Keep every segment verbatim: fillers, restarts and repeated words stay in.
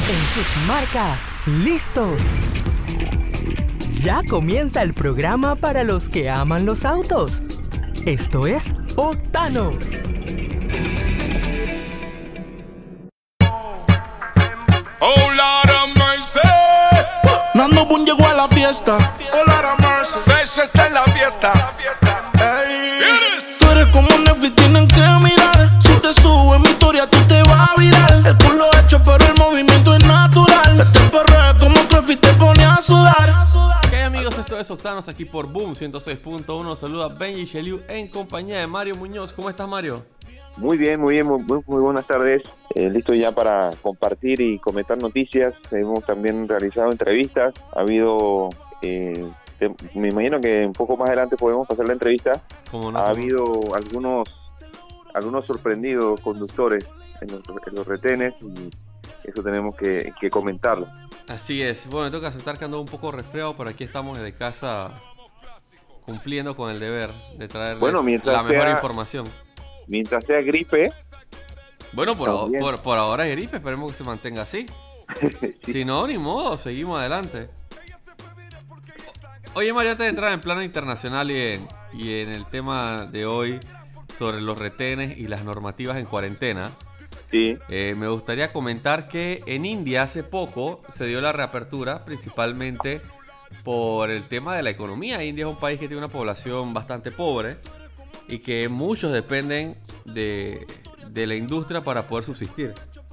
En sus marcas, listos. Ya comienza el programa para los que aman los autos. Esto es Otanos. Oh, Lord of mercy. Nando Boom llegó a la fiesta. Oh, Lord of mercy. Sesh está en la fiesta. Ey. Tú eres como Netflix, tienen que mirar. Si te subo en mi historia, tú te vas a virar. El culo hecho, pero el movimiento es natural. Este perreo es como Craft y te pone a sudar. ¿Qué hay, amigos? Esto es Octanos aquí por Boom ciento seis punto uno. Saluda Benji Sheliu en compañía de Mario Muñoz. ¿Cómo estás, Mario? Muy bien, muy bien, muy, muy, muy buenas tardes. Eh, listo ya para compartir y comentar noticias. Hemos también realizado entrevistas. Ha habido, eh, te, me imagino que un poco más adelante podemos pasar la entrevista. ¿Cómo no? Ha habido algunos, algunos sorprendidos conductores en los, en los retenes y eso tenemos que, que comentarlo. Así es. Bueno, me toca aceptar que ando un poco resfriado, pero aquí estamos desde casa cumpliendo con el deber de traerles Bueno, mientras la mejor sea- información. Mientras sea gripe, Bueno, por, Estamos bien. por, por ahora es gripe, esperemos que se mantenga así. sí. Si no, ni modo, seguimos adelante. Oye, Mario, antes de entrar en plano internacional y en, y en el tema de hoy sobre los retenes y las normativas en cuarentena, sí, eh, me gustaría comentar que en India hace poco se dio la reapertura, principalmente por el tema de la economía. India es un país que tiene una población bastante pobre y que muchos dependen de, de la industria para poder subsistir.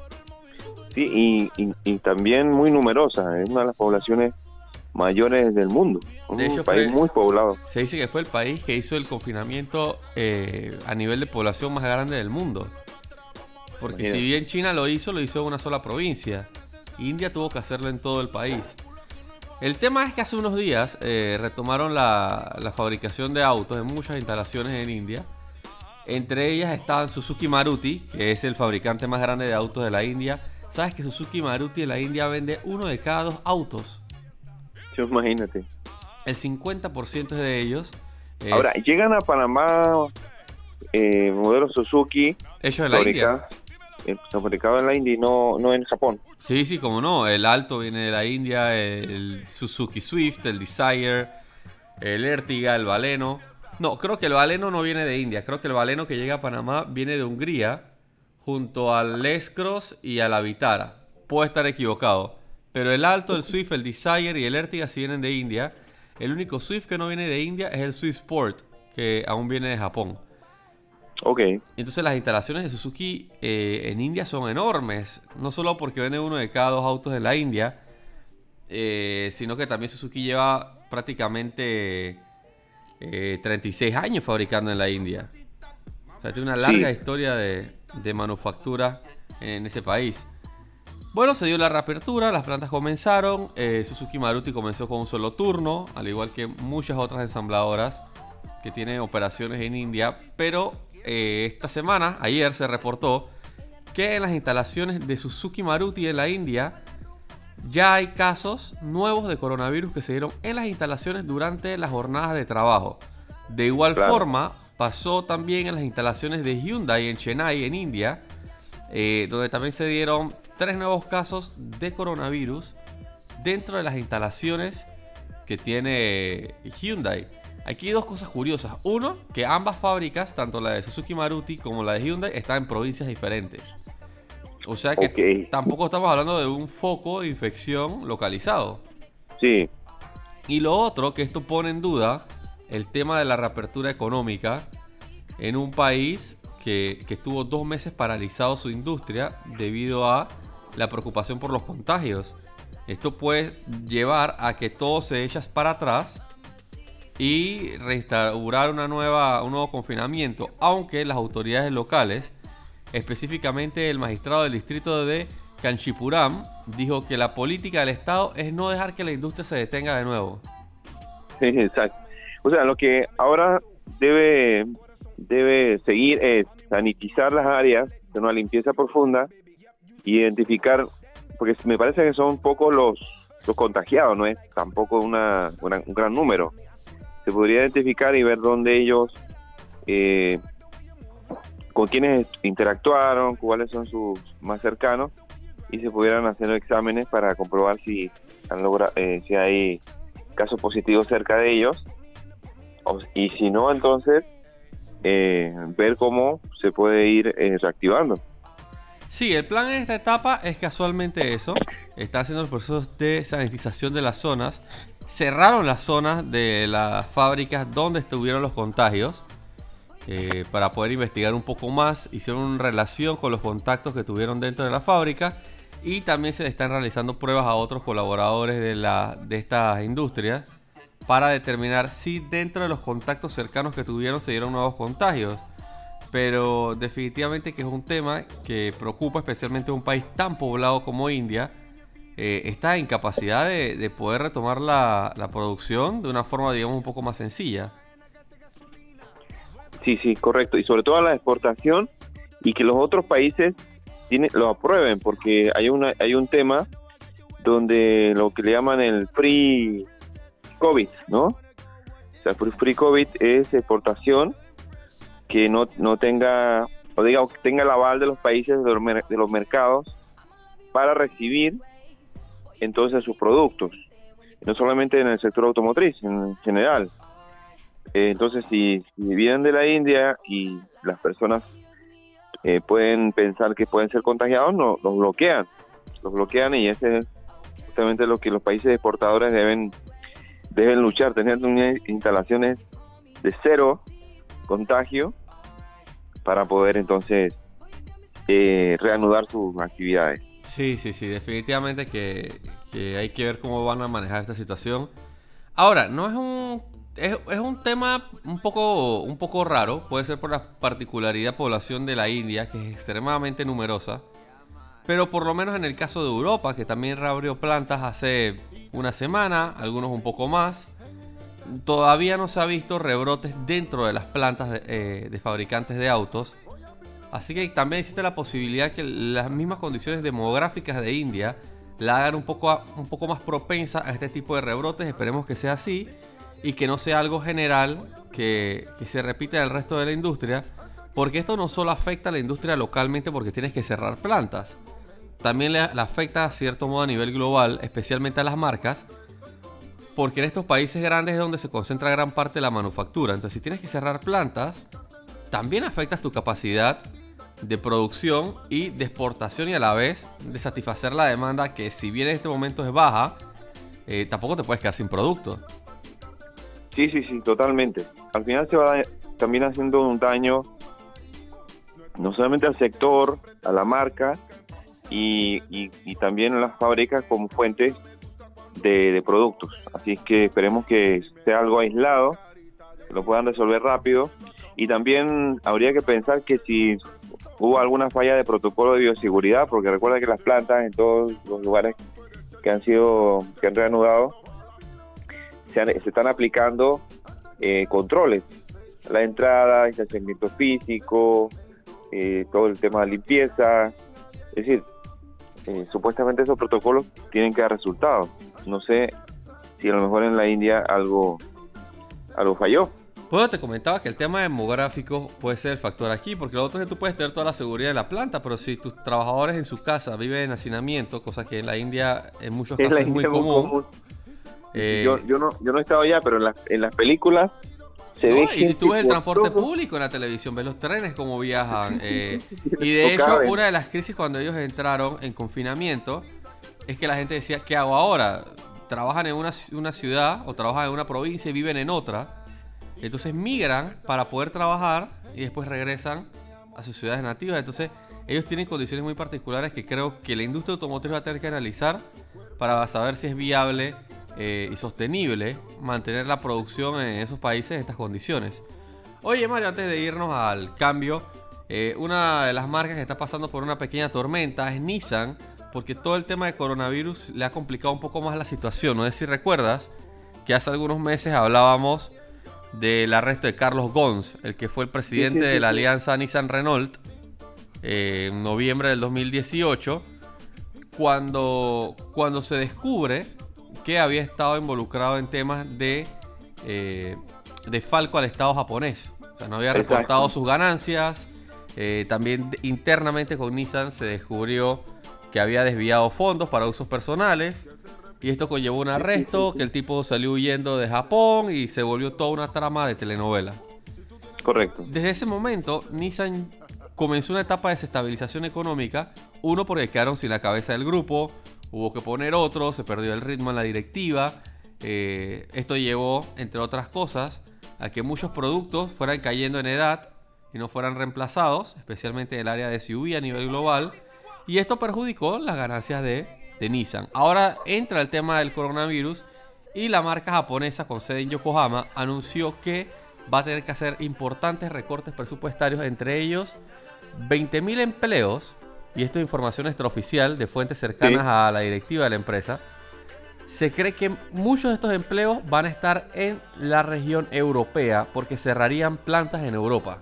sí y, y, y también muy numerosa. Es una de las poblaciones mayores del mundo. Es De un hecho, país fue- muy poblado. Se dice que fue el país que hizo el confinamiento eh, a nivel de población más grande del mundo. Porque Imagínate. si bien China lo hizo, lo hizo en una sola provincia. India tuvo que hacerlo en todo el país. El tema es que hace unos días eh, retomaron la, la fabricación de autos en muchas instalaciones en India. Entre ellas estaban Suzuki Maruti, que es el fabricante más grande de autos de la India. ¿Sabes que Suzuki Maruti en la India vende uno de cada dos autos? Sí, imagínate. El cincuenta por ciento de ellos es Ahora, llegan a Panamá eh, modelos Suzuki hecho en la India. fabricados eh, fabricados en la India y no, no en Japón. Sí, sí, como no. El Alto viene de la India, el Suzuki Swift, el Desire, el Ertiga, el Baleno. No, creo que el Baleno no viene de India. Creo que el Baleno que llega a Panamá viene de Hungría, junto al S-Cross y a la Vitara. Puedo estar equivocado. Pero el Alto, el Swift, el Desire y el Ertiga sí vienen de India. El único Swift que no viene de India es el Swift Sport, que aún viene de Japón. Ok, Entonces las instalaciones de Suzuki eh, en India son enormes. No solo porque vende uno de cada dos autos en la India, eh, sino que también Suzuki lleva prácticamente eh, treinta y seis años fabricando en la India. O sea, tiene una larga Sí. historia de, de manufactura en ese país. Bueno, se dio la reapertura, las plantas comenzaron. eh, Suzuki Maruti comenzó con un solo turno, al igual que muchas otras ensambladoras que tienen operaciones en India. Pero eh, esta semana, ayer, se reportó que en las instalaciones de Suzuki Maruti en la India ya hay casos nuevos de coronavirus que se dieron en las instalaciones durante las jornadas de trabajo. De igual Claro. forma, pasó también en las instalaciones de Hyundai en Chennai, en India, eh, donde también se dieron tres nuevos casos de coronavirus dentro de las instalaciones que tiene Hyundai. Aquí hay dos cosas curiosas. Uno, que ambas fábricas, tanto la de Suzuki Maruti como la de Hyundai, están en provincias diferentes. O sea que Ok. tampoco estamos hablando de un foco de infección localizado. sí, Y lo otro, que esto pone en duda el tema de la reapertura económica en un país que, que estuvo dos meses paralizado su industria debido a la preocupación por los contagios. Esto puede llevar a que todo se eche para atrás y reinstaurar una nueva, un nuevo confinamiento, aunque las autoridades locales, específicamente el magistrado del distrito de Kanchipuram, dijo que la política del Estado es no dejar que la industria se detenga de nuevo. exacto. O sea, lo que ahora debe debe seguir es sanitizar las áreas, hacer una limpieza profunda, identificar, porque me parece que son pocos los, los contagiados, no es tampoco una, una un gran número. Se podría identificar y ver dónde ellos, eh, con quienes interactuaron, cuáles son sus más cercanos, y se pudieran hacer exámenes para comprobar si han logrado, eh, si hay casos positivos cerca de ellos, o, y si no, entonces eh, ver cómo se puede ir eh, reactivando. Sí, el plan en esta etapa es casualmente eso. Está haciendo el proceso de sanitización de las zonas. Cerraron las zonas de las fábricas donde estuvieron los contagios eh, para poder investigar un poco más. Hicieron una relación con los contactos que tuvieron dentro de la fábrica y también se le están realizando pruebas a otros colaboradores de, la, de estas industrias para determinar si dentro de los contactos cercanos que tuvieron se dieron nuevos contagios. Pero definitivamente que es un tema que preocupa especialmente a un país tan poblado como India. Eh, esta incapacidad de, de poder retomar la, la producción de una forma, digamos, un poco más sencilla. Sí, sí, correcto. Y sobre todo la exportación, y que los otros países tiene, lo aprueben, porque hay, una, hay un tema donde lo que le llaman el free COVID, ¿no? O sea, free, free COVID es exportación que no, no tenga, o digamos, que tenga el aval de los países, de los, mer- de los mercados, para recibir entonces sus productos, no solamente en el sector automotriz, en general. Eh, entonces, si, si vienen de la India y las personas eh, pueden pensar que pueden ser contagiados, no, los bloquean, los bloquean y ese es justamente lo que los países exportadores deben, deben luchar, tener unas instalaciones de cero contagio para poder entonces eh, reanudar sus actividades. Sí, sí, sí, definitivamente que, que hay que ver cómo van a manejar esta situación. Ahora, no es un es, es un tema un poco un poco raro, puede ser por la particularidad de población de la India, que es extremadamente numerosa, pero por lo menos en el caso de Europa, que también reabrió plantas hace una semana, algunos un poco más, todavía no se ha visto rebrotes dentro de las plantas de, eh, de fabricantes de autos. Así que también existe la posibilidad que las mismas condiciones demográficas de India la hagan un poco, a, un poco más propensa a este tipo de rebrotes. Esperemos que sea así y que no sea algo general que, que se repita en el resto de la industria, porque esto no solo afecta a la industria localmente porque tienes que cerrar plantas, también le, le afecta a cierto modo a nivel global, especialmente a las marcas, porque en estos países grandes es donde se concentra gran parte de la manufactura. Entonces, si tienes que cerrar plantas, también afectas tu capacidad de producción y de exportación, y a la vez de satisfacer la demanda, que si bien en este momento es baja, eh, tampoco te puedes quedar sin producto. Sí, sí, sí, totalmente. Al final se va también haciendo un daño no solamente al sector, a la marca y, y, y también a las fábricas como fuentes de, de productos. Así que esperemos que sea algo aislado, que lo puedan resolver rápido. Y también habría que pensar que si hubo alguna falla de protocolo de bioseguridad, porque recuerda que las plantas en todos los lugares que han sido, que han reanudado, se, han, se están aplicando eh, controles, la entrada, distanciamiento físico, eh, todo el tema de limpieza. Es decir, eh, supuestamente esos protocolos tienen que dar resultados. No sé si a lo mejor en la India algo, algo falló. Bueno, te comentaba que el tema demográfico puede ser el factor aquí, porque lo otro es que tú puedes tener toda la seguridad de la planta, pero si tus trabajadores en su casa viven en hacinamiento, cosa que en la India en muchos casos es muy común. común. Eh, yo, yo, no, yo no he estado allá, pero en, la, en las películas se no, ve y tú ves el transporte todo público en la televisión, ves los trenes cómo viajan. Eh, y de hecho, una de las crisis cuando ellos entraron en confinamiento es que la gente decía, ¿qué hago ahora? Trabajan en una, una ciudad o trabajan en una provincia y viven en otra. Entonces migran para poder trabajar y después regresan a sus ciudades nativas. Entonces ellos tienen condiciones muy particulares que creo que la industria automotriz va a tener que analizar para saber si es viable eh, y sostenible mantener la producción en esos países en estas condiciones. Oye, Mario, antes de irnos al cambio, eh, una de las marcas que está pasando por una pequeña tormenta es Nissan, porque todo el tema de coronavirus le ha complicado un poco más la situación. No sé si recuerdas que hace algunos meses hablábamos del arresto de Carlos Ghosn, el que fue el presidente sí, sí, sí, de la alianza Nissan-Renault eh, en noviembre del dos mil dieciocho, cuando, cuando se descubre que había estado involucrado en temas de eh, desfalco al Estado japonés. O sea, no había reportado Exacto. sus ganancias. Eh, también internamente con Nissan se descubrió que había desviado fondos para usos personales. Y esto conllevó un arresto, que el tipo salió huyendo de Japón y se volvió toda una trama de telenovela. Correcto. Desde ese momento, Nissan comenzó una etapa de desestabilización económica. Uno, porque quedaron sin la cabeza del grupo, hubo que poner otro, se perdió el ritmo en la directiva. Eh, esto llevó, entre otras cosas, a que muchos productos fueran cayendo en edad y no fueran reemplazados, especialmente en el área de S U V a nivel global. Y esto perjudicó las ganancias de, de Nissan. Ahora entra el tema del coronavirus y la marca japonesa con sede en Yokohama anunció que va a tener que hacer importantes recortes presupuestarios, entre ellos veinte mil empleos, y esto es información extraoficial de fuentes cercanas sí. a la directiva de la empresa. Se cree que muchos de estos empleos van a estar en la región europea porque cerrarían plantas en Europa.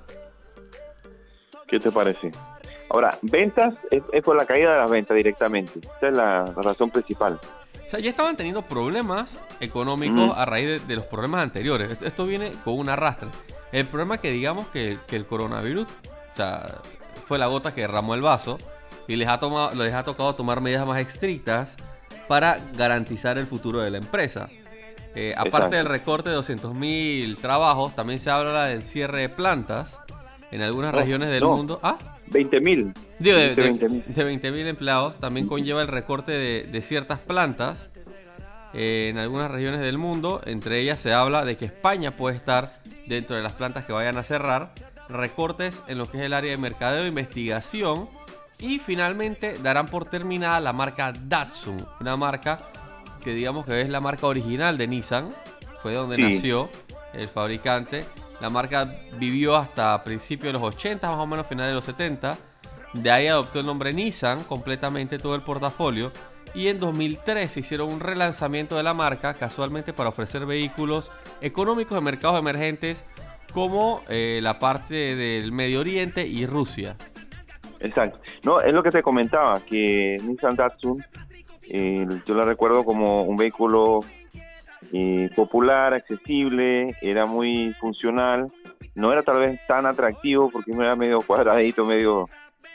¿Qué te parece? Ahora, ventas es, es por la caída de las ventas directamente. Esa es la, la razón principal. O sea, ya estaban teniendo problemas económicos mm. a raíz de, de los problemas anteriores. Esto, esto viene con un arrastre. El problema es que digamos que, que el coronavirus, o sea, fue la gota que derramó el vaso y les ha, tomado, les ha tocado tomar medidas más estrictas para garantizar el futuro de la empresa. Eh, aparte del recorte de doscientos mil trabajos, también se habla del cierre de plantas en algunas no, regiones del no. mundo. ¿Ah? veinte mil. Digo, de, de, de veinte mil empleados. También conlleva el recorte de, de ciertas plantas eh, en algunas regiones del mundo. Entre ellas se habla de que España puede estar dentro de las plantas que vayan a cerrar. Recortes en lo que es el área de mercadeo e investigación. Y finalmente darán por terminada la marca Datsun, una marca que digamos que es la marca original de Nissan, fue donde sí. nació el fabricante. La marca vivió hasta principios de los ochenta, más o menos finales de los setenta. De ahí adoptó el nombre Nissan, completamente todo el portafolio. Y en dos mil tres hicieron un relanzamiento de la marca, casualmente para ofrecer vehículos económicos en mercados emergentes como eh, la parte del Medio Oriente y Rusia. Exacto. No, es lo que te comentaba, que Nissan Datsun, eh, yo la recuerdo como un vehículo eh, popular, accesible, era muy funcional, no era tal vez tan atractivo porque no era medio cuadradito, medio...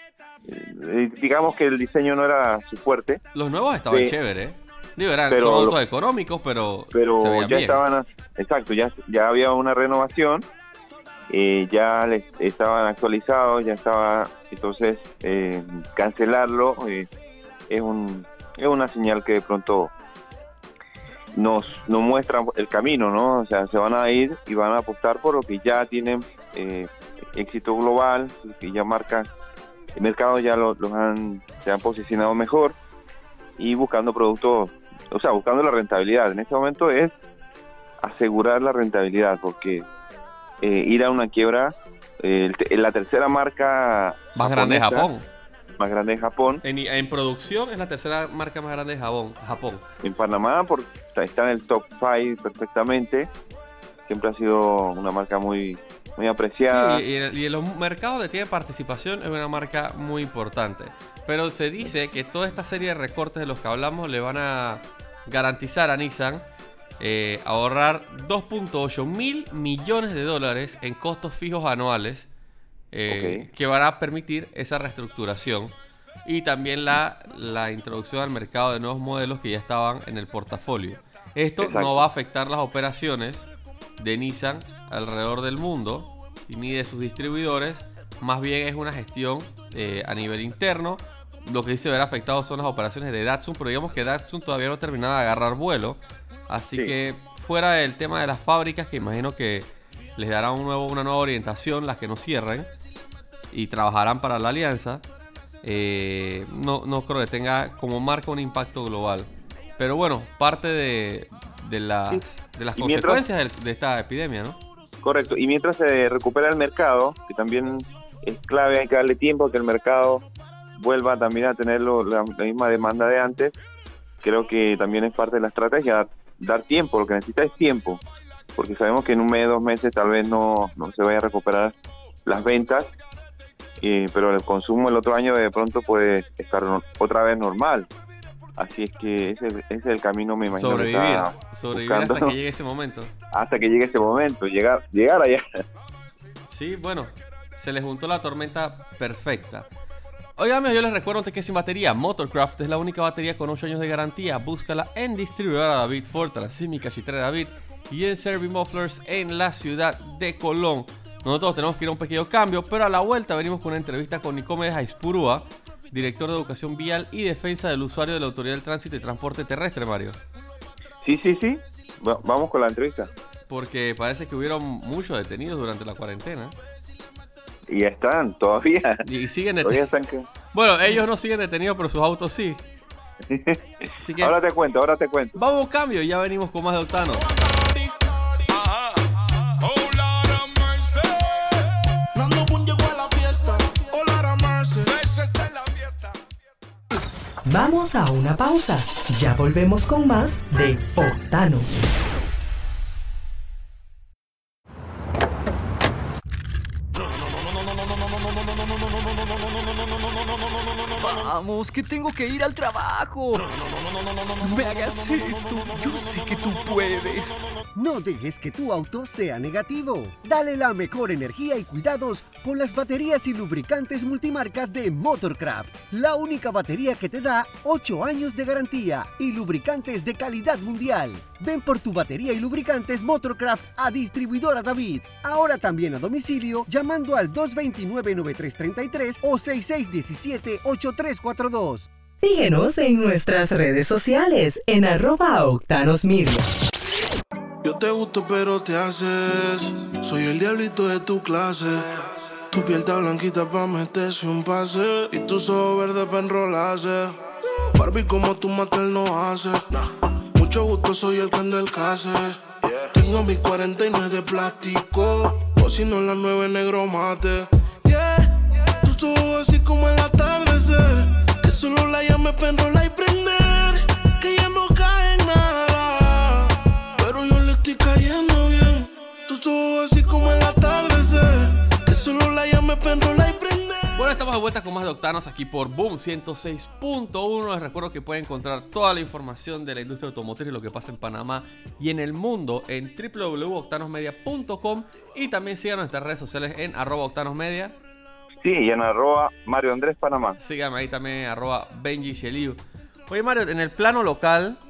Eh, digamos que el diseño no era su fuerte. Los nuevos estaban eh, chéveres, ¿eh? Digo, eran son autos lo, económicos, pero, pero se ya bien. estaban, exacto, ya, ya había una renovación. Eh, ya les estaban actualizados, ya estaba, entonces eh, cancelarlo eh, es un es una señal que de pronto nos, nos muestra el camino, ¿no? O sea, se van a ir y van a apostar por lo que ya tienen eh, éxito global, que ya marcan el mercado, ya los lo han se han posicionado mejor y buscando productos, o sea, buscando la rentabilidad. En este momento es asegurar la rentabilidad, porque Eh, ir a una quiebra, eh, la tercera marca más grande de Japón, más grande de Japón. En, en producción es la tercera marca más grande de Japón. Japón. En Panamá por, está en el top cinco perfectamente. Siempre ha sido una marca muy muy apreciada. Sí, y, y en los mercados donde tiene participación es una marca muy importante. Pero se dice que toda esta serie de recortes de los que hablamos le van a garantizar a Nissan Eh, ahorrar dos punto ocho mil millones de dólares en costos fijos anuales eh, okay. que van a permitir esa reestructuración y también la, la introducción al mercado de nuevos modelos que ya estaban en el portafolio. Esto Exacto. no va a afectar las operaciones de Nissan alrededor del mundo ni de sus distribuidores, más bien es una gestión eh, a nivel interno. Lo que dice ver afectado son las operaciones de Datsun, pero digamos que Datsun todavía no terminaba de agarrar vuelo. Así sí. que fuera del tema de las fábricas, que imagino que les dará un nuevo, una nueva orientación, las que no cierren, y trabajarán para la alianza, eh, no, no creo que tenga como marca un impacto global. Pero bueno, parte de, de las, sí. de las consecuencias mientras, de esta epidemia, ¿no? Correcto, y mientras se recupera el mercado, que también es clave, hay que darle tiempo a que el mercado vuelva también a tener lo, la, la misma demanda de antes. Creo que también es parte de la estrategia, dar tiempo, lo que necesita es tiempo, porque sabemos que en un mes, dos meses tal vez no, no se vaya a recuperar las ventas, eh, pero el consumo el otro año de pronto puede estar no, otra vez normal. Así es que ese, ese es el camino, me imagino. Sobrevivir, que está sobrevivir buscando, hasta que llegue ese momento. Hasta que llegue ese momento, llegar, llegar allá. Sí, bueno, se les juntó la tormenta perfecta. Oigan, yo les recuerdo antes que sin batería, Motorcraft es la única batería con ocho años de garantía. Búscala en distribuidora David Ford, Transimi, Cachitre David y en Servi Mufflers en la ciudad de Colón. Nosotros tenemos que ir a un pequeño cambio, pero a la vuelta venimos con una entrevista con Nicomedes Aispurúa, director de Educación Vial y Defensa del Usuario de la Autoridad del Tránsito y Transporte Terrestre, Mario. Sí, sí, sí. Va- vamos con la entrevista. Porque parece que hubieron muchos detenidos durante la cuarentena. Y ya están, todavía. Y siguen Todavía detenidos. están que... Bueno, ellos no siguen detenidos, pero sus autos sí. Así que Ahora te cuento, ahora te cuento. vamos a un cambio y ya venimos con más de Octano. Ajá. Oh, Lord of mercy. Nando Boom llegó a la fiesta. Hola, Mercy. Fresh está en la fiesta. Vamos a una pausa. Ya volvemos con más de Octanos. Vamos, que tengo que ir al trabajo. No me hagas esto. Yo sé que tú puedes. No dejes que tu auto sea negativo. Dale la mejor energía y cuidados con las baterías y lubricantes multimarcas de Motorcraft. La única batería que te da ocho años de garantía y lubricantes de calidad mundial. Ven por tu batería y lubricantes Motorcraft a Distribuidora David. Ahora también a domicilio llamando al dos dos nueve, nueve tres tres tres o seis seis uno siete, ocho tres cuatro dos. Síguenos en nuestras redes sociales en arroba Octanos Media. Yo te gusto pero te haces. Soy el diablito de tu clase. Tu piel está blanquita pa' meterse un pase. Y tus ojos verdes pa' enrolarse. Barbie como tu matel no hace. Mucho gusto, soy el can del case. Tengo mi cuarenta y nueve de plástico. O si no la nueve negro mate. Yeah, tus ojos así como el atardecer. Que solo la llame pa' enrolar y prender. Que ya no cae en nada. Pero yo le estoy cayendo bien. Tus ojos así como el atardecer. Que solo la llame pa' enrolar y prender. Bueno, estamos de vuelta con más de Octanos aquí por Boom ciento seis punto uno. Les recuerdo que pueden encontrar toda la información de la industria automotriz y lo que pasa en Panamá y en el mundo en w w w punto octanosmedia punto com y también sigan nuestras redes sociales en arroba octanosmedia. Sí, y en arroba Mario Andrés Panamá. Síganme ahí también arroba Benji Sheliu. Oye, Mario, en el plano local,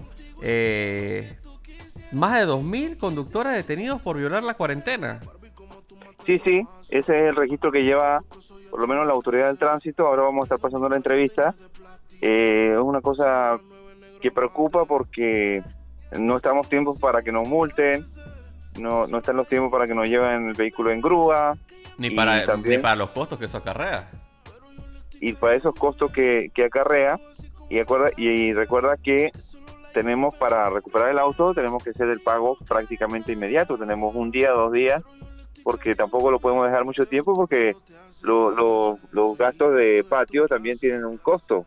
eh, más de dos mil conductores detenidos por violar la cuarentena. Sí, sí, ese es el registro que lleva por lo menos la autoridad del tránsito. Ahora vamos a estar pasando la entrevista. Eh, es una cosa que preocupa porque no estamos tiempos para que nos multen, no, no están los tiempos para que nos lleven el vehículo en grúa. Ni y para, también- ni para los costos que eso acarrea. y para esos costos que, que acarrea. Y, acuerda, y, y recuerda que tenemos para recuperar el auto, tenemos que hacer el pago prácticamente inmediato. Tenemos un día, dos días, porque tampoco lo podemos dejar mucho tiempo porque lo, lo, los gastos de patio también tienen un costo.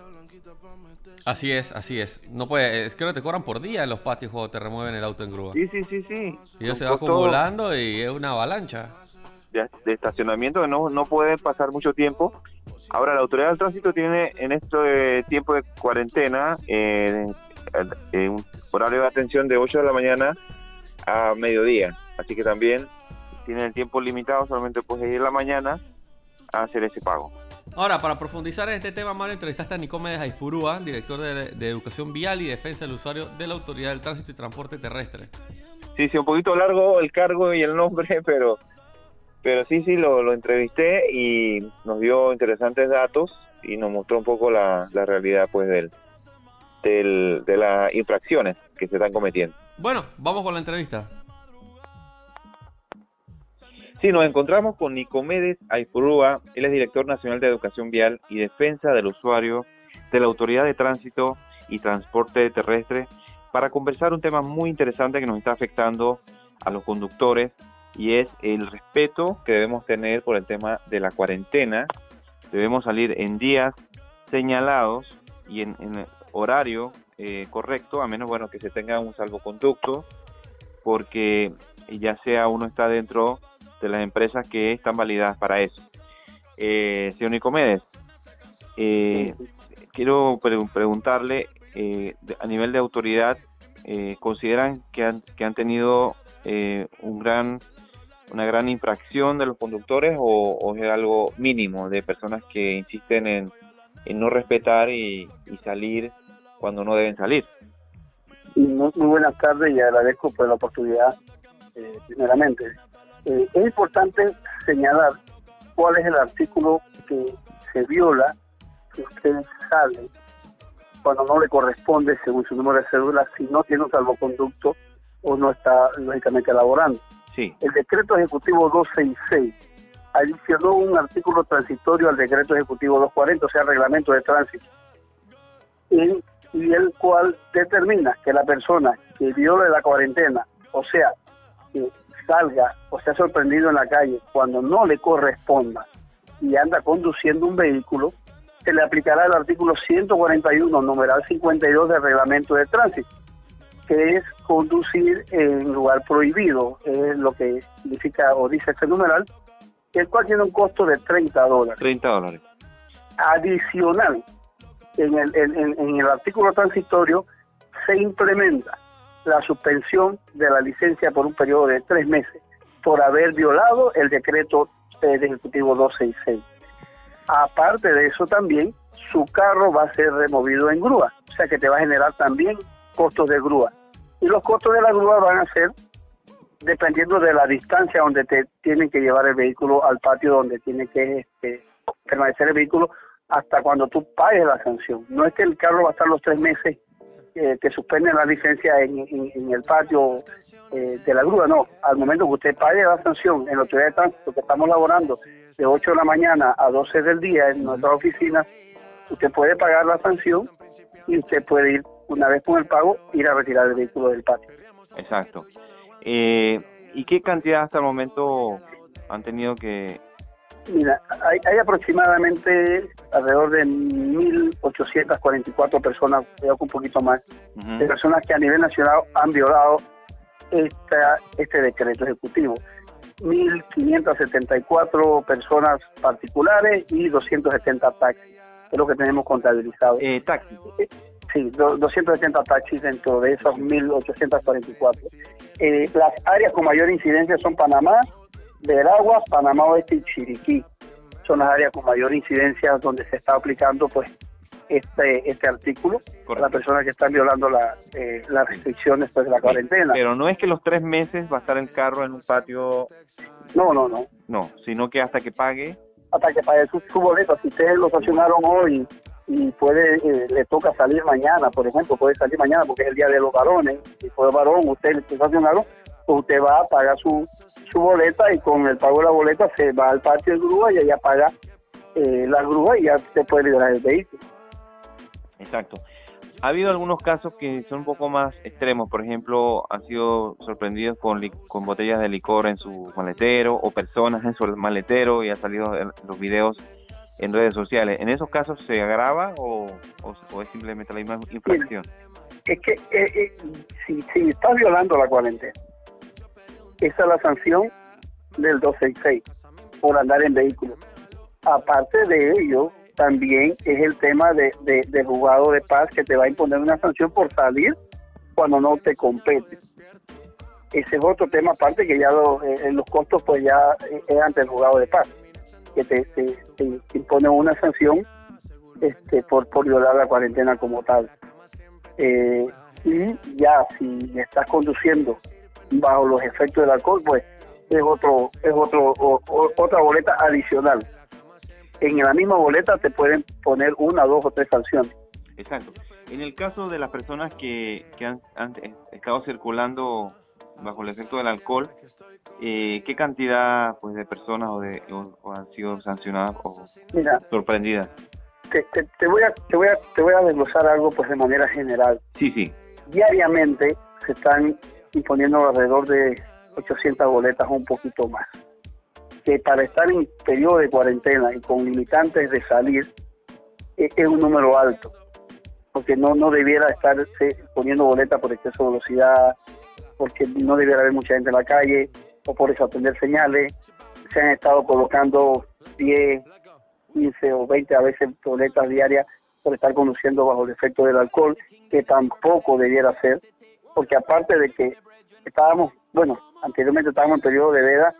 Así es, así es. No puede, es que no te cobran por día en los patios cuando te remueven el auto en grúa. Sí, sí, sí, sí. Y eso Un se va costo acumulando y es una avalancha. de, de estacionamiento que no, no puede pasar mucho tiempo. Ahora, la autoridad del tránsito tiene en este tiempo de cuarentena eh, eh, un horario de atención de ocho de la mañana a mediodía. Así que también tiene el tiempo limitado, solamente puedes ir en la mañana a hacer ese pago. Ahora, para profundizar en este tema, Mario, entrevistaste a Nicomedes Aispurúa, director de, de Educación Vial y Defensa del Usuario de la Autoridad del Tránsito y Transporte Terrestre. Sí, sí, un poquito largo el cargo y el nombre, pero pero sí, sí, lo, lo entrevisté y nos dio interesantes datos y nos mostró un poco la, la realidad pues del, del de las infracciones que se están cometiendo. Bueno, vamos con la entrevista. Sí, nos encontramos con Nicomedes Aispurúa. Él es director nacional de Educación Vial y Defensa del Usuario de la Autoridad de Tránsito y Transporte Terrestre para conversar un tema muy interesante que nos está afectando a los conductores y es el respeto que debemos tener por el tema de la cuarentena. Debemos salir en días señalados y en, en horario eh, correcto, a menos bueno que se tenga un salvoconducto, porque ya sea uno está dentro de las empresas que están validadas para eso. Eh, señor Nicomedes, eh, quiero pre preguntarle, eh, a nivel de autoridad, eh, ¿consideran que han, que han tenido eh, un gran una gran infracción de los conductores o, o es algo mínimo de personas que insisten en, en no respetar y, y salir cuando no deben salir? Muy, muy buenas tardes y agradezco por la oportunidad, eh, primeramente. Eh, es importante señalar cuál es el artículo que se viola, que usted sale cuando no le corresponde según su número de cédula, si no tiene un salvoconducto o no está lógicamente laborando. Sí. El decreto ejecutivo doscientos sesenta y seis adicionó un artículo transitorio al decreto ejecutivo doscientos cuarenta, o sea, reglamento de tránsito, y, y el cual determina que la persona que viole la cuarentena, o sea, que salga o sea sorprendido en la calle cuando no le corresponda y anda conduciendo un vehículo, se le aplicará el artículo ciento cuarenta y uno, numeral cincuenta y dos del reglamento de tránsito, que es conducir en lugar prohibido, es lo que significa o dice este numeral, el cual tiene un costo de treinta dólares. treinta dólares. Adicional, en el, en, en el artículo transitorio se implementa la suspensión de la licencia por un periodo de tres meses por haber violado el decreto eh, ejecutivo doscientos sesenta y seis. Aparte de eso también, su carro va a ser removido en grúa, o sea que te va a generar también costos de grúa. Y los costos de la grúa van a ser dependiendo de la distancia donde te tienen que llevar el vehículo al patio donde tiene que este, permanecer el vehículo hasta cuando tú pagues la sanción. No es que el carro va a estar los tres meses eh, que suspenden la licencia en, en, en el patio eh, de la grúa, no. Al momento que usted pague la sanción en la autoridad de tránsito, que estamos laborando de ocho de la mañana a doce del día en nuestra oficina, usted puede pagar la sanción y usted puede ir, una vez con el pago, ir a retirar el vehículo del patio. Exacto. Eh, ¿Y qué cantidad hasta el momento han tenido que...? Mira, hay, hay aproximadamente alrededor de mil ochocientas cuarenta y cuatro personas, creo que un poquito más, uh-huh. de personas que a nivel nacional han violado esta, este decreto ejecutivo. mil quinientas setenta y cuatro personas particulares y doscientos setenta taxis, es lo que tenemos contabilizado. Eh, ¿Taxis? Sí, do, doscientos setenta taxis dentro de esos mil ochocientos cuarenta y cuatro. Eh, las áreas con mayor incidencia son Panamá, Veraguas, Panamá Oeste y Chiriquí. Son las áreas con mayor incidencia donde se está aplicando pues este este artículo para las personas que están violando la, eh, las restricciones pues, de la cuarentena. Pero no es que los tres meses va a estar el carro en un patio... No, no, no. No, sino que hasta que pague... Hasta que pague su, su boleta. Si ustedes lo sancionaron hoy y puede eh, le toca salir mañana, por ejemplo, puede salir mañana porque es el día de los varones, si fue varón, usted le sancionaron, pues usted va a pagar su, su boleta y con el pago de la boleta se va al patio de grúa y allá paga eh, la grúa y ya se puede liberar el vehículo. Exacto. Ha habido algunos casos que son un poco más extremos, por ejemplo, han sido sorprendidos con, li- con botellas de licor en su maletero o personas en su maletero y han salido los videos en redes sociales. ¿En esos casos se agrava o, o, o es simplemente la misma infracción? Es que eh, eh, si, si estás violando la cuarentena, esa es la sanción del doscientos sesenta y seis por andar en vehículo. Aparte de ello, también es el tema de, de, del juzgado de paz que te va a imponer una sanción por salir cuando no te compete. Ese es otro tema aparte que ya lo, eh, los costos pues ya es ante el juzgado de paz, que te, te, te impone una sanción este, por, por violar la cuarentena como tal. Eh, y ya si estás conduciendo bajo los efectos del alcohol, pues es otro es otro o, o, otra boleta adicional. En la misma boleta te pueden poner una, dos o tres sanciones. Exacto. En el caso de las personas que, que han, han estado circulando bajo el efecto del alcohol, eh, ¿qué cantidad pues de personas o, de, o, o han sido sancionadas o Mira, sorprendidas? Te, te, te voy a te voy a te voy a desglosar algo pues de manera general. Sí, sí. Diariamente se están imponiendo alrededor de ochocientas boletas o un poquito más, que para estar en periodo de cuarentena y con limitantes de salir es, es un número alto, porque no no debiera estar poniendo boletas por exceso de velocidad, porque no debiera haber mucha gente en la calle o por desatender señales. Se han estado colocando diez, quince o veinte a veces boletas diarias por estar conduciendo bajo el efecto del alcohol, que tampoco debiera ser, porque aparte de que estábamos, bueno, anteriormente estábamos en periodo de veda,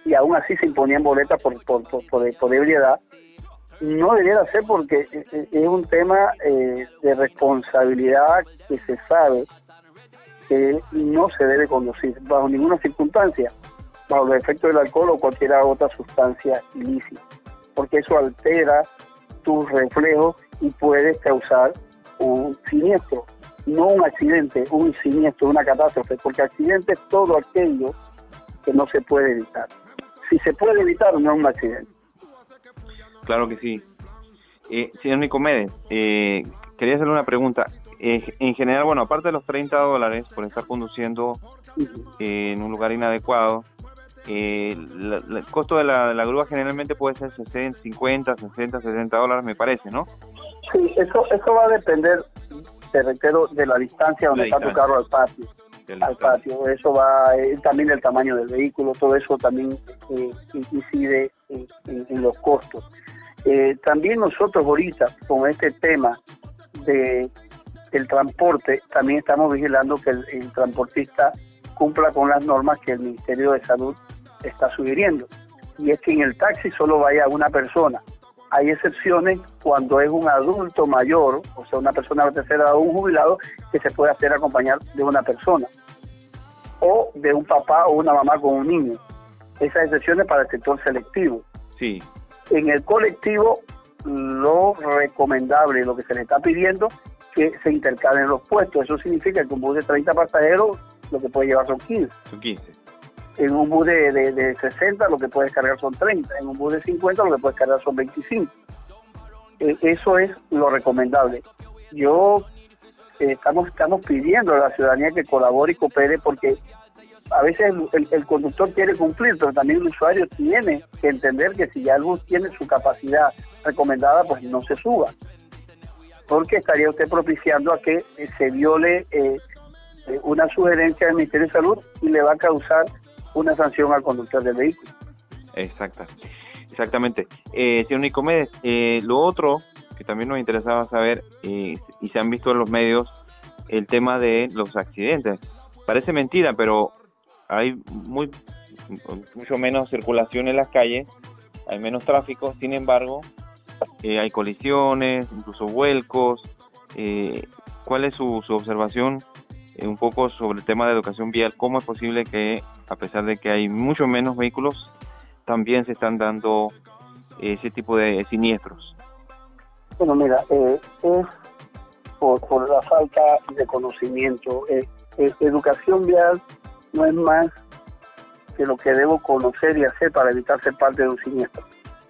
y aún así se imponían boletas por, por, por, por, por ebriedad. No debiera ser porque es un tema eh, de responsabilidad que se sabe que no se debe conducir bajo ninguna circunstancia bajo los efectos del alcohol o cualquier otra sustancia ilícita, porque eso altera tus reflejos y puede causar un siniestro, no un accidente, un siniestro, una catástrofe, porque accidente es todo aquello que no se puede evitar. Si se puede evitar, no es un accidente. Claro que sí. Eh, señor Nicomedes, eh, quería hacerle una pregunta. Eh, en general, bueno, aparte de los treinta dólares por estar conduciendo eh, en un lugar inadecuado, eh, la, la, el costo de la, de la grúa generalmente puede ser sesenta, cincuenta, sesenta, setenta dólares, me parece, ¿no? Sí, eso eso va a depender, te reitero, de la distancia donde la está distancia. tu carro al patio. Al patio, eso va, eh, también el tamaño del vehículo, todo eso también eh, incide en, en, en los costos. Eh, también nosotros ahorita, con este tema de el transporte, también estamos vigilando que el, el transportista cumpla con las normas que el Ministerio de Salud está sugiriendo. Y es que en el taxi solo vaya una persona. Hay excepciones cuando es un adulto mayor, o sea, una persona de tercera edad o un jubilado, que se puede hacer acompañar de una persona. O de un papá o una mamá con un niño. Esas excepciones para el sector selectivo. Sí. En el colectivo, lo recomendable, lo que se le está pidiendo, que se intercalen los puestos. Eso significa que un bus de treinta pasajeros lo que puede llevar son quince. Son quince. En un bus de, de, de sesenta lo que puedes cargar son treinta. En un bus de cincuenta lo que puedes cargar son veinticinco. Eh, eso es lo recomendable. Yo eh, estamos, estamos pidiendo a la ciudadanía que colabore y coopere porque a veces el, el, el conductor quiere cumplir, pero también el usuario tiene que entender que si ya el bus tiene su capacidad recomendada, pues no se suba. Porque estaría usted propiciando a que eh, se viole eh, eh, una sugerencia del Ministerio de Salud y le va a causar una sanción al conductor del vehículo. Exacta, exactamente. Eh, señor Nicomedes, eh, lo otro que también nos interesaba saber, eh, y se han visto en los medios, el tema de los accidentes. Parece mentira, pero hay muy mucho menos circulación en las calles, hay menos tráfico, sin embargo, eh, hay colisiones, incluso vuelcos. Eh, ¿Cuál es su, su observación eh, un poco sobre el tema de educación vial? ¿Cómo es posible que, a pesar de que hay mucho menos vehículos, también se están dando eh, ese tipo de siniestros? Bueno, mira, eh, es por, por la falta de conocimiento. Eh, eh, educación vial no es más que lo que debo conocer y hacer para evitar ser parte de un siniestro.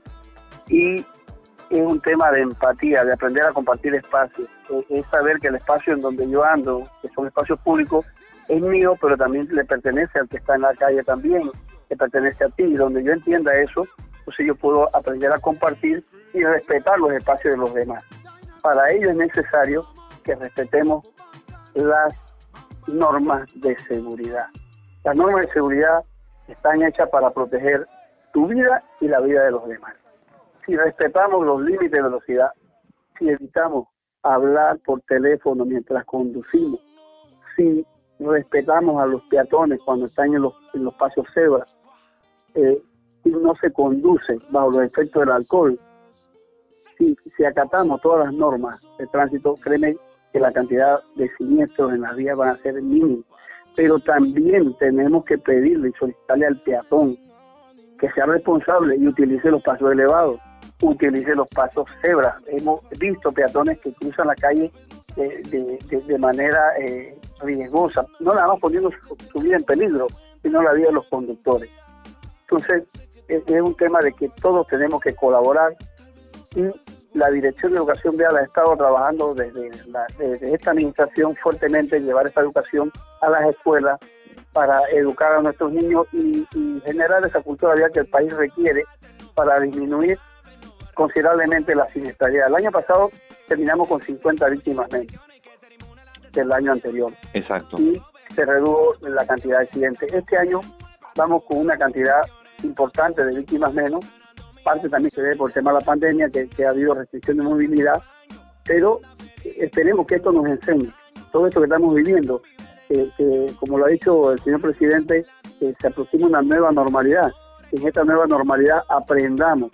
Y es un tema de empatía, de aprender a compartir espacios. Eh, es saber que el espacio en donde yo ando, que son espacios públicos, es mío, pero también le pertenece al que está en la calle también, le pertenece a ti. Y donde yo entienda eso, entonces yo puedo aprender a compartir y respetar los espacios de los demás. Para ello es necesario que respetemos las normas de seguridad. Las normas de seguridad están hechas para proteger tu vida y la vida de los demás. Si respetamos los límites de velocidad, si evitamos hablar por teléfono mientras conducimos, si respetamos a los peatones cuando están en los, en los pasos cebra, eh, si no se conduce bajo los efectos del alcohol, si, si acatamos todas las normas de tránsito, créeme que la cantidad de siniestros en las vías van a ser mínimas. Pero también tenemos que pedirle y solicitarle al peatón que sea responsable y utilice los pasos elevados, utilice los pasos cebra. Hemos visto peatones que cruzan la calle eh, de, de, de manera eh, riesgosa, no nada más poniendo su, su vida en peligro, sino la vida de los conductores. Entonces, es, es un tema de que todos tenemos que colaborar y la Dirección de Educación Vial ha estado trabajando desde, la, desde esta administración fuertemente en llevar esta educación a las escuelas para educar a nuestros niños y, y generar esa cultura vial que el país requiere para disminuir considerablemente la siniestralidad. El año pasado terminamos con cincuenta víctimas menos del año anterior. Exacto. Y se redujo la cantidad de accidentes. Este año vamos con una cantidad importante de víctimas menos. Parte también se debe por el tema de la pandemia, que, que ha habido restricción de movilidad, pero esperemos que esto nos enseñe. Todo esto que estamos viviendo, que, que como lo ha dicho el señor presidente, que se aproxima una nueva normalidad. en esta nueva normalidad aprendamos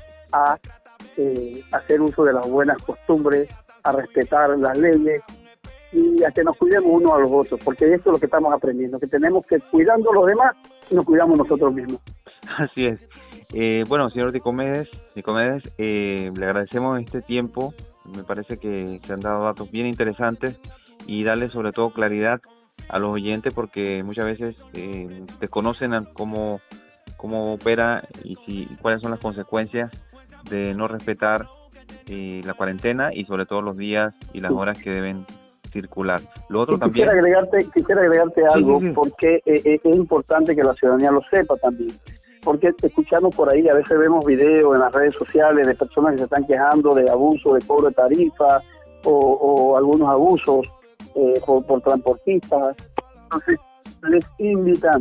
a eh, hacer uso de las buenas costumbres, a respetar las leyes y a que nos cuidemos unos a los otros, porque esto es lo que estamos aprendiendo, que tenemos que cuidando a los demás y nos cuidamos nosotros mismos. Así es. Eh, bueno, señor Nicomedes, Nicomedes eh, le agradecemos este tiempo. Me parece que se han dado datos bien interesantes y darle sobre todo claridad a los oyentes, porque muchas veces eh, desconocen cómo, cómo opera y si cuáles son las consecuencias de no respetar eh, la cuarentena y sobre todo los días y las horas que deben circular. Lo otro también... Quisiera agregarte, quisiera agregarte algo, sí, sí, sí. porque eh, es importante que la ciudadanía lo sepa también. Porque escuchamos por ahí, a veces vemos videos en las redes sociales de personas que se están quejando de abuso de cobro de tarifa o, o algunos abusos eh, por, por transportistas. Entonces, les invitan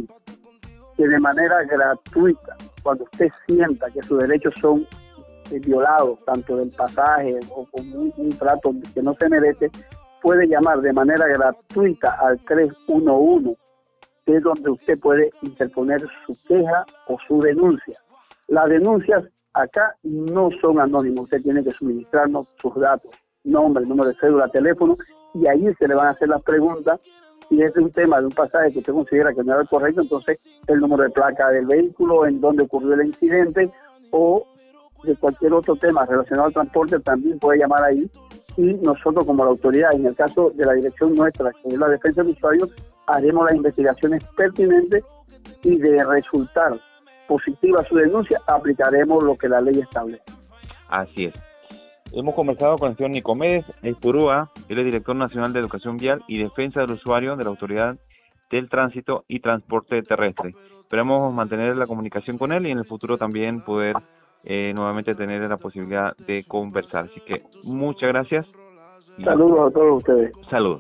que de manera gratuita, cuando usted sienta que sus derechos son eh, violados, tanto del pasaje o con un, un trato que no se merece, puede llamar de manera gratuita al tres uno uno, que es donde usted puede interponer su queja o su denuncia. Las denuncias acá no son anónimas, usted tiene que suministrarnos sus datos, nombre, número de cédula, teléfono, y ahí se le van a hacer las preguntas. Si es un tema de un pasaje que usted considera que no era correcto, entonces el número de placa del vehículo, en dónde ocurrió el incidente, o de cualquier otro tema relacionado al transporte, también puede llamar ahí, y nosotros como la autoridad, en el caso de la dirección nuestra, que es la defensa del usuario, haremos las investigaciones pertinentes y de resultar positiva su denuncia, aplicaremos lo que la ley establece. Así es. Hemos conversado con el señor Nicomedes Espurúa, él es director nacional de Educación Vial y Defensa del Usuario de la Autoridad del Tránsito y Transporte Terrestre. Esperamos mantener la comunicación con él y en el futuro también poder eh, nuevamente tener la posibilidad de conversar. Así que muchas gracias. Saludos a todos ustedes. Saludos.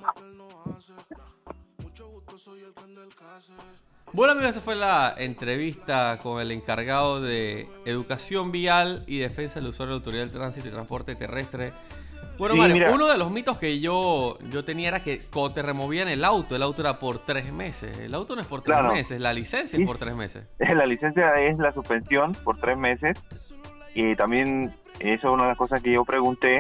Bueno, amigos, esa fue la entrevista con el encargado de Educación Vial y Defensa del Usuario de la Autoridad del Tránsito y Transporte Terrestre. Bueno, sí, Mario, mira, uno de los mitos que yo, yo tenía era que cuando te removían el auto, el auto era por tres meses. El auto no es por tres claro. meses, la licencia sí. es por tres meses. La licencia es la suspensión por tres meses. Y también eso es una de las cosas que yo pregunté,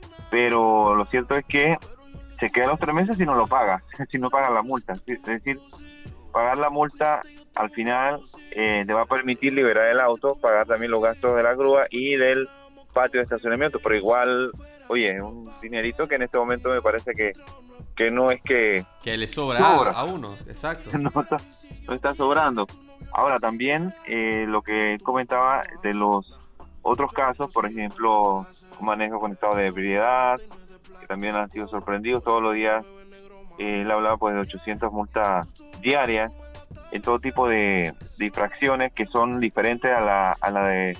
pero lo cierto es que se quedan los tres meses si no lo pagas, si no pagas la multa. Es decir, pagar la multa al final eh, te va a permitir liberar el auto, pagar también los gastos de la grúa y del patio de estacionamiento, pero igual, oye, un dinerito que en este momento me parece que, que no es que... Que le sobra, sobra. A, a uno, exacto. No está, no está sobrando. Ahora también eh, lo que comentaba de los otros casos, por ejemplo, un manejo con estado de ebriedad, que también han sido sorprendidos todos los días. Eh, él hablaba pues de ochocientas multas diarias en todo tipo de, de infracciones que son diferentes a la, a la de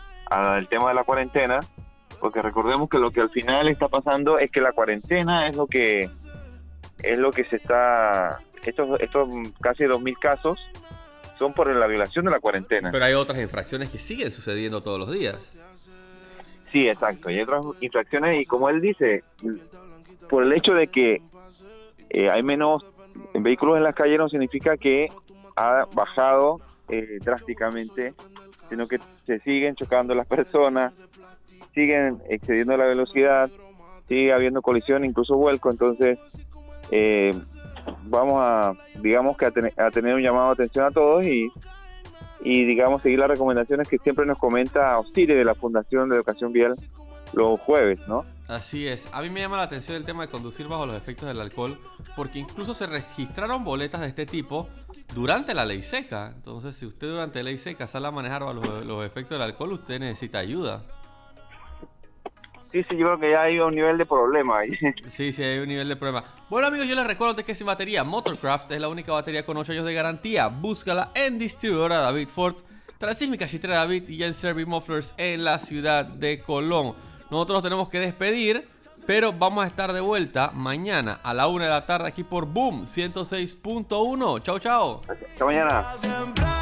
al tema de la cuarentena, porque recordemos que lo que al final está pasando es que la cuarentena es lo que es lo que se está estos estos casi dos mil casos son por la violación de la cuarentena. Pero hay otras infracciones que siguen sucediendo todos los días. Sí, exacto, y hay otras infracciones y como él dice, por el hecho de que eh, hay menos vehículos en las calles no significa que ha bajado eh, drásticamente, sino que se siguen chocando las personas, siguen excediendo la velocidad, sigue habiendo colisión, incluso vuelco. Entonces eh, vamos a, digamos que a, ten- a tener un llamado de atención a todos y, y digamos seguir las recomendaciones que siempre nos comenta Osiris de la Fundación de Educación Vial los jueves, ¿no? Así es. A mí me llama la atención el tema de conducir bajo los efectos del alcohol, porque incluso se registraron boletas de este tipo durante la ley seca. Entonces, si usted durante la ley seca sale a manejar bajo los, los efectos del alcohol, usted necesita ayuda. Sí, sí, yo creo que ya hay un nivel de problema ahí. Sí, sí, hay un nivel de problema. Bueno, amigos, yo les recuerdo antes que sin batería, Motorcraft es la única batería con ocho años de garantía. Búscala en distribuidora David Ford, Transísmica Chitre David y en Servi Mufflers en la ciudad de Colón. Nosotros nos tenemos que despedir, pero vamos a estar de vuelta mañana a la una de la tarde aquí por Boom ciento seis punto uno. Chao, chao. Hasta mañana.